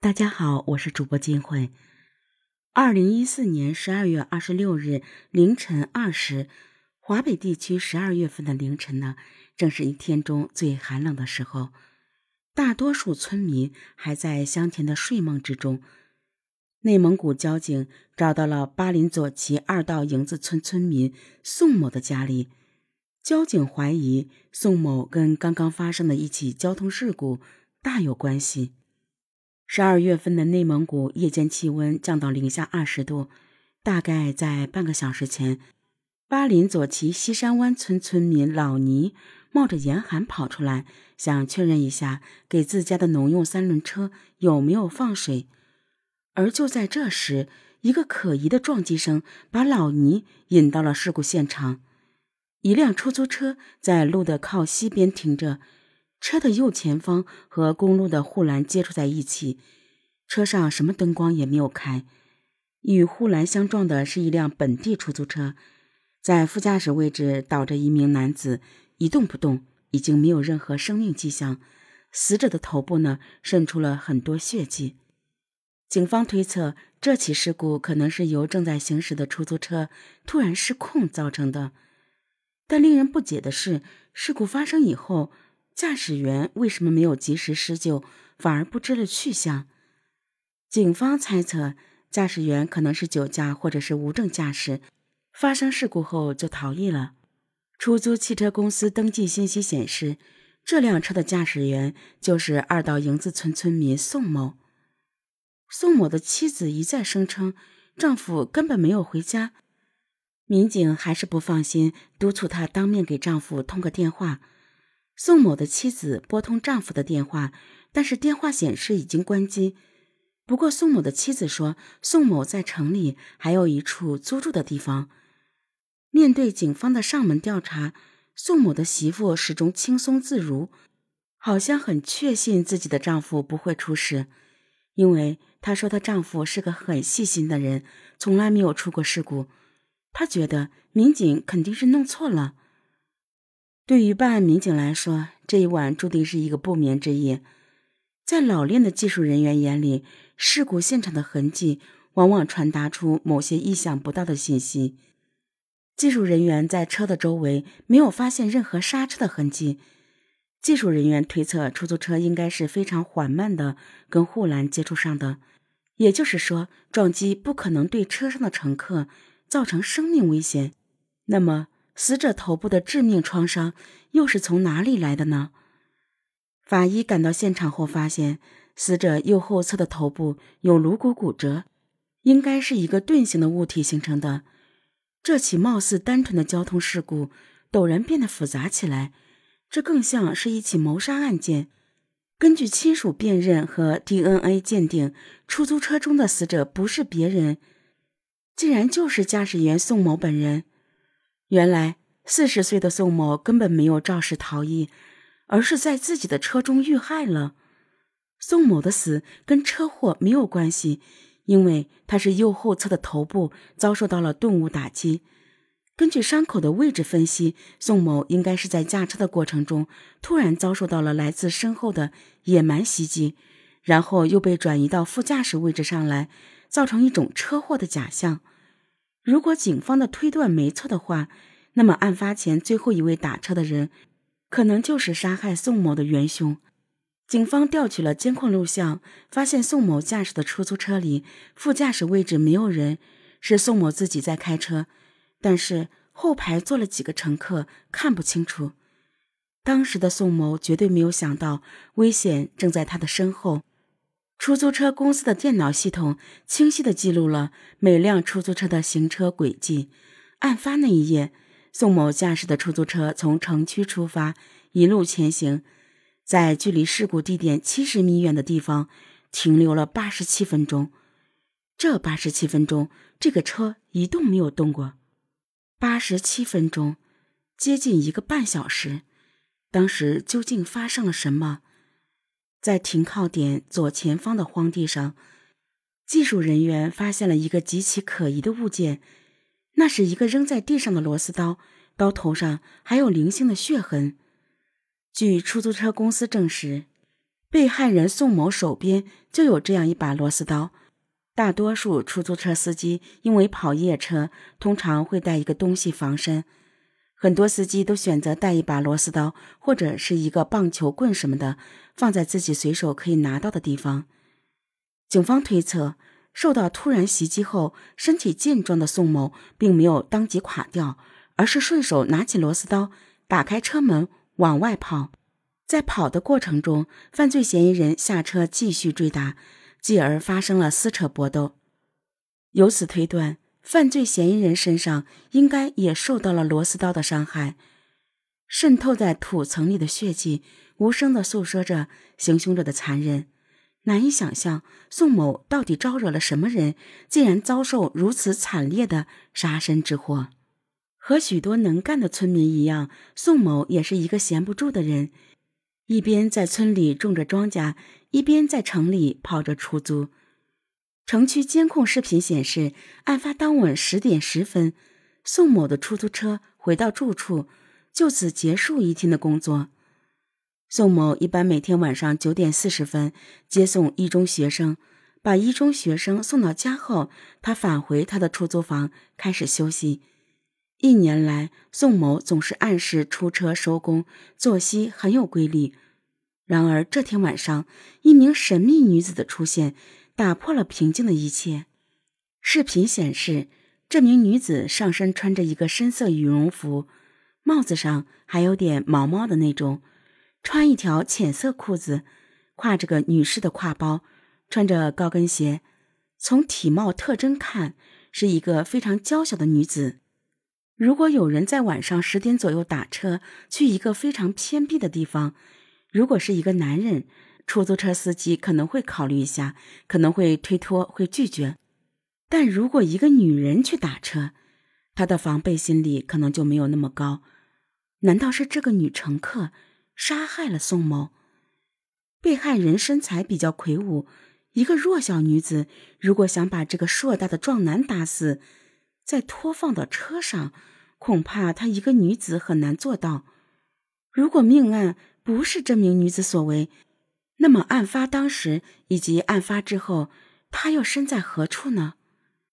大家好，我是主播金慧。2014年12月26日凌晨2时，华北地区12月份的凌晨呢，正是一天中最寒冷的时候，大多数村民还在香甜的睡梦之中。内蒙古交警找到了巴林左旗2道营子村村民宋某的家里，交警怀疑宋某跟刚刚发生的一起交通事故大有关系。12月份的内蒙古夜间气温降到零下20度，大概在半个小时前，巴林左旗西山湾村村民老倪冒着严寒跑出来，想确认一下给自家的农用3轮车有没有放水。而就在这时，一个可疑的撞击声把老倪引到了事故现场。一辆出租车在路的靠西边停着，车的右前方和公路的护栏接触在一起，车上什么灯光也没有开。与护栏相撞的是一辆本地出租车，在副驾驶位置倒着一名男子，一动不动，已经没有任何生命迹象。死者的头部呢，渗出了很多血迹。警方推测，这起事故可能是由正在行驶的出租车突然失控造成的。但令人不解的是，事故发生以后，驾驶员为什么没有及时施救，反而不知了去向？警方猜测，驾驶员可能是酒驾或者是无证驾驶，发生事故后就逃逸了。出租汽车公司登记信息显示，这辆车的驾驶员就是2道营子村村民宋某。宋某的妻子一再声称，丈夫根本没有回家。民警还是不放心，督促她当面给丈夫通个电话。宋某的妻子拨通丈夫的电话，但是电话显示已经关机。不过宋某的妻子说，宋某在城里还有一处租住的地方。面对警方的上门调查，宋某的媳妇始终轻松自如，好像很确信自己的丈夫不会出事，因为她说她丈夫是个很细心的人，从来没有出过事故。她觉得民警肯定是弄错了。对于办案民警来说，这一晚注定是一个不眠之夜。在老练的技术人员眼里，事故现场的痕迹往往传达出某些意想不到的信息。技术人员在车的周围没有发现任何刹车的痕迹，技术人员推测出租车应该是非常缓慢的跟护栏接触上的，也就是说，撞击不可能对车上的乘客造成生命危险。那么死者头部的致命创伤又是从哪里来的呢？法医赶到现场后发现，死者右后侧的头部有颅骨骨折，应该是一个钝形的物体形成的。这起貌似单纯的交通事故陡然变得复杂起来，这更像是一起谋杀案件。根据亲属辨认和 DNA 鉴定，出租车中的死者不是别人，竟然就是驾驶员宋某本人。原来40岁的宋某根本没有肇事逃逸，而是在自己的车中遇害了。宋某的死跟车祸没有关系，因为他是右后侧的头部遭受到了钝物打击。根据伤口的位置分析，宋某应该是在驾车的过程中突然遭受到了来自身后的野蛮袭击，然后又被转移到副驾驶位置上来，造成一种车祸的假象。如果警方的推断没错的话，那么案发前最后一位打车的人可能就是杀害宋某的元凶。警方调取了监控录像，发现宋某驾驶的出租车里副驾驶位置没有人，是宋某自己在开车，但是后排坐了几个乘客看不清楚。当时的宋某绝对没有想到危险正在他的身后。出租车公司的电脑系统清晰地记录了每辆出租车的行车轨迹。案发那一夜，宋某驾驶的出租车从城区出发，一路前行，在距离事故地点70米远的地方停留了87分钟。这87分钟，这个车一动没有动过。87分钟，接近1个半小时。当时究竟发生了什么？在停靠点左前方的荒地上，技术人员发现了一个极其可疑的物件，那是一个扔在地上的螺丝刀，刀头上还有零星的血痕。据出租车公司证实， 被害人宋某手边就有这样一把螺丝刀。大多数出租车司机因为跑夜车，通常会带一个东西防身。很多司机都选择带一把螺丝刀或者是一个棒球棍什么的，放在自己随手可以拿到的地方。警方推测，受到突然袭击后，身体健壮的宋某并没有当即垮掉，而是顺手拿起螺丝刀，打开车门往外跑。在跑的过程中，犯罪嫌疑人下车继续追打，继而发生了撕扯搏斗。由此推断，犯罪嫌疑人身上应该也受到了螺丝刀的伤害。渗透在土层里的血迹无声地诉说着行凶者的残忍。难以想象宋某到底招惹了什么人，竟然遭受如此惨烈的杀身之祸。和许多能干的村民一样，宋某也是一个闲不住的人，一边在村里种着庄稼，一边在城里跑着出租。城区监控视频显示，案发当晚10点10分，宋某的出租车回到住处，就此结束一天的工作。宋某一般每天晚上9点40分接送一中学生，把一中学生送到家后，他返回他的出租房开始休息。1年来，宋某总是按时出车收工，作息很有规律。然而这天晚上，一名神秘女子的出现打破了平静的一切。视频显示，这名女子上身穿着一个深色羽绒服，帽子上还有点毛毛的那种，穿一条浅色裤子，挎着个女士的挎包，穿着高跟鞋。从体貌特征看，是一个非常娇小的女子。如果有人在晚上10点左右打车去一个非常偏僻的地方，如果是一个男人，出租车司机可能会考虑一下，可能会推脱，会拒绝。但如果一个女人去打车，她的防备心理可能就没有那么高。难道是这个女乘客杀害了宋某？被害人身材比较魁梧，一个弱小女子如果想把这个硕大的壮男打死，再拖放到车上，恐怕她一个女子很难做到。如果命案不是这名女子所为，那么案发当时以及案发之后，她又身在何处呢？